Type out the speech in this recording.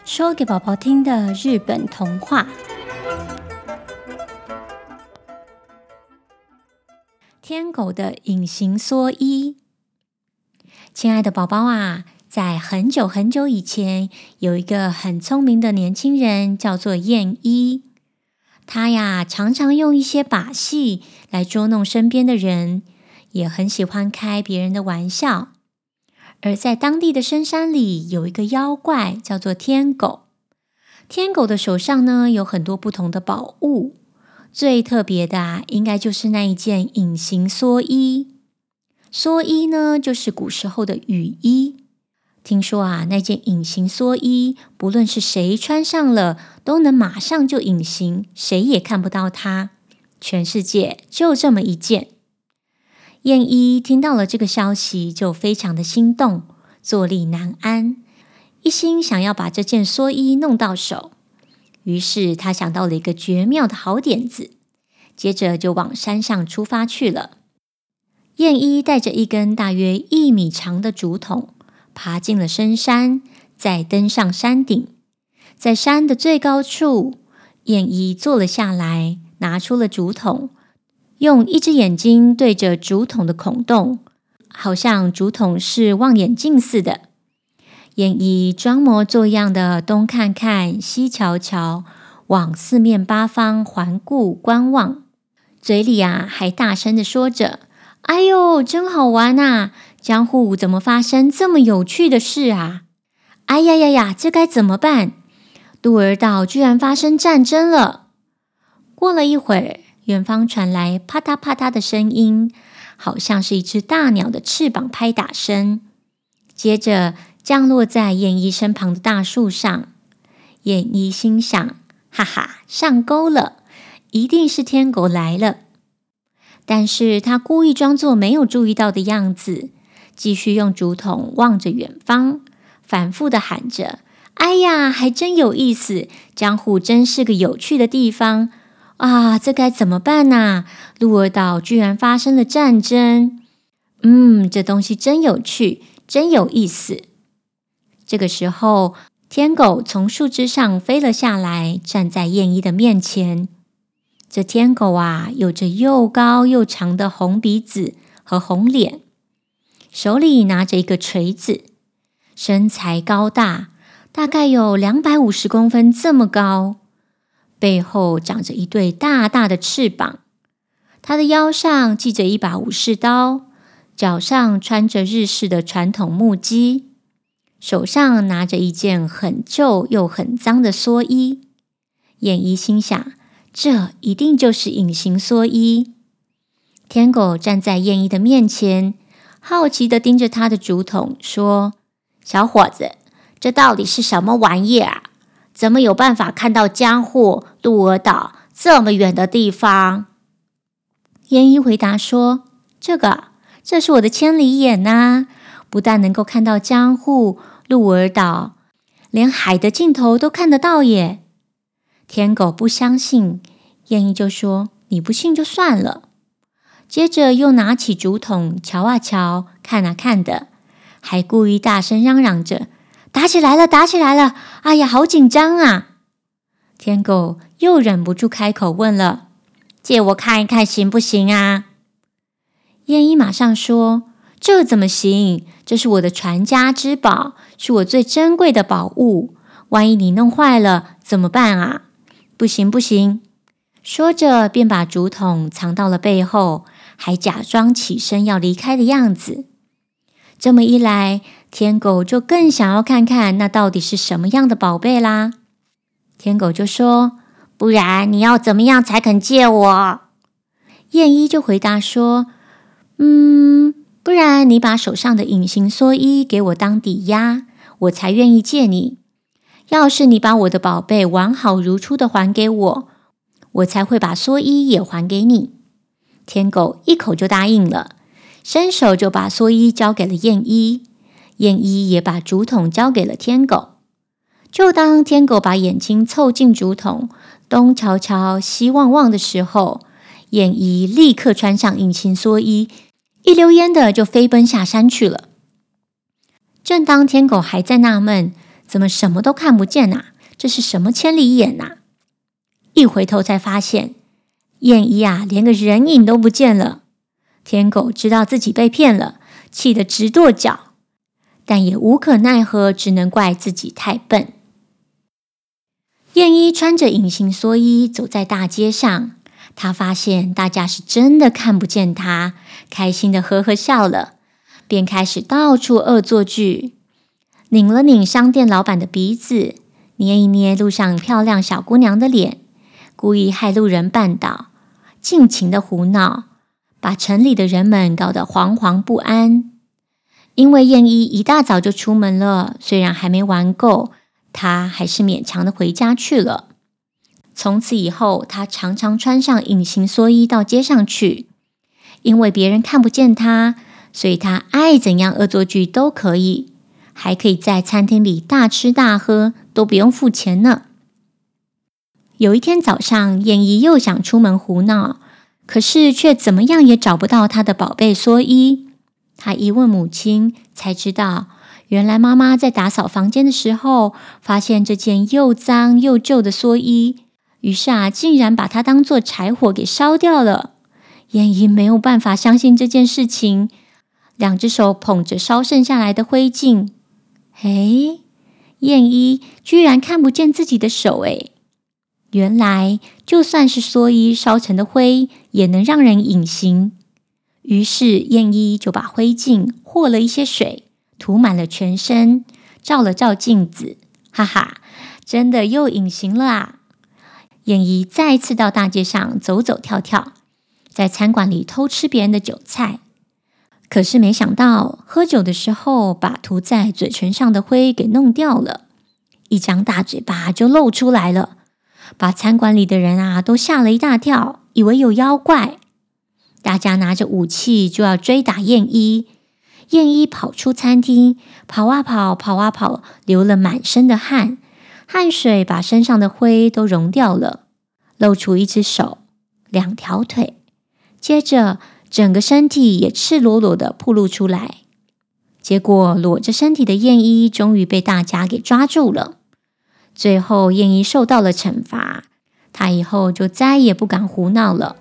说给宝宝听的日本童话。天狗的隐形蓑衣。亲爱的宝宝啊，在很久很久以前，有一个很聪明的年轻人，叫做燕一。他呀，常常用一些把戏来捉弄身边的人，也很喜欢开别人的玩笑。而在当地的深山里，有一个妖怪叫做天狗。天狗的手上呢，有很多不同的宝物，最特别的应该就是那一件隐形蓑衣。蓑衣呢，就是古时候的雨衣。听说那件隐形蓑衣，不论是谁穿上了，都能马上就隐形，谁也看不到它。全世界就这么一件。燕一听到了这个消息，就非常的心动，坐立难安，一心想要把这件蓑衣弄到手。于是他想到了一个绝妙的好点子，接着就往山上出发去了。燕一带着一根大约1米长的竹筒，爬进了深山，再登上山顶。在山的最高处，燕一坐了下来，拿出了竹筒，用一只眼睛对着竹筒的孔洞，好像竹筒是望远镜似的。燕一装模作样的东看看西瞧瞧，往四面八方环顾观望，嘴里还大声地说着：哎呦，真好玩啊！江户怎么发生这么有趣的事啊？哎呀呀呀，这该怎么办？鹿儿岛居然发生战争了！过了一会儿，远方传来啪嗒啪嗒的声音，好像是一只大鸟的翅膀拍打声。接着降落在燕一身旁的大树上。燕一心想：哈哈，上钩了，一定是天狗来了。但是他故意装作没有注意到的样子，继续用竹筒望着远方，反复地喊着：哎呀，还真有意思，江户真是个有趣的地方啊！这该怎么办啊？鹿儿岛居然发生了战争。这东西真有趣，真有意思。这个时候，天狗从树枝上飞了下来，站在燕一的面前。这天狗有着又高又长的红鼻子和红脸，手里拿着一个锤子，身材高大，大概有250公分这么高，背后长着一对大大的翅膀。它的腰上系着一把武士刀，脚上穿着日式的传统木屐，手上拿着一件很旧又很脏的蓑衣。燕一心想，这一定就是隐形蓑衣。天狗站在燕一的面前，好奇地盯着他的竹筒，说：小伙子，这到底是什么玩意啊？怎么有办法看到江户、鹿儿岛这么远的地方？燕一回答说：这是我的千里眼啊，不但能够看到江户、鹿儿岛，连海的尽头都看得到耶。天狗不相信，燕一就说：你不信就算了。接着又拿起竹筒瞧啊瞧，看啊看的，还故意大声嚷嚷着：打起来了，打起来了！哎呀，好紧张啊！天狗又忍不住开口问了：借我看一看行不行啊？燕一马上说：这怎么行？这是我的传家之宝，是我最珍贵的宝物，万一你弄坏了怎么办啊？不行不行！说着便把竹筒藏到了背后，还假装起身要离开的样子。这么一来，天狗就更想要看看那到底是什么样的宝贝啦。天狗就说：不然你要怎么样才肯借我？燕一就回答说：不然你把手上的隐形蓑衣给我当抵押，我才愿意借你。要是你把我的宝贝完好如初的还给我，我才会把蓑衣也还给你。天狗一口就答应了，伸手就把蓑衣交给了燕一，燕一也把竹筒交给了天狗。就当天狗把眼睛凑近竹筒，东瞧瞧西望望的时候，燕一立刻穿上隐形蓑衣，一溜烟的就飞奔下山去了。正当天狗还在纳闷怎么什么都看不见啊？这是什么千里眼啊？一回头才发现，燕一啊，连个人影都不见了。天狗知道自己被骗了，气得直跺脚，但也无可奈何，只能怪自己太笨。燕一穿着隐形蓑衣走在大街上，他发现大家是真的看不见他，开心的呵呵笑了，便开始到处恶作剧，拧了拧商店老板的鼻子，捏一捏路上漂亮小姑娘的脸，故意害路人绊倒，尽情的胡闹，把城里的人们搞得惶惶不安。因为燕一一大早就出门了，虽然还没玩够，他还是勉强的回家去了。从此以后，他常常穿上隐形蓑衣到街上去，因为别人看不见他，所以他爱怎样恶作剧都可以，还可以在餐厅里大吃大喝，都不用付钱呢。有一天早上，燕一又想出门胡闹，可是却怎么样也找不到他的宝贝蓑衣。他一问母亲，才知道原来妈妈在打扫房间的时候，发现这件又脏又旧的蓑衣，于是竟然把它当作柴火给烧掉了。燕一没有办法相信这件事情，两只手捧着烧剩下来的灰烬。燕一居然看不见自己的手原来就算是蓑衣烧成的灰，也能让人隐形。于是燕一就把灰烬和了一些水，涂满了全身，照了照镜子，哈哈，真的又隐形了啊！燕一再次到大街上走走跳跳，在餐馆里偷吃别人的酒菜，可是没想到喝酒的时候把涂在嘴唇上的灰给弄掉了，一张大嘴巴就露出来了，把餐馆里的人都吓了一大跳，以为有妖怪。大家拿着武器就要追打燕一，燕一跑出餐厅，跑啊跑，跑啊跑，流了满身的汗，汗水把身上的灰都融掉了，露出一只手、2条腿，接着整个身体也赤裸裸的暴露出来。结果裸着身体的燕一终于被大家给抓住了。最后燕一受到了惩罚，他以后就再也不敢胡闹了。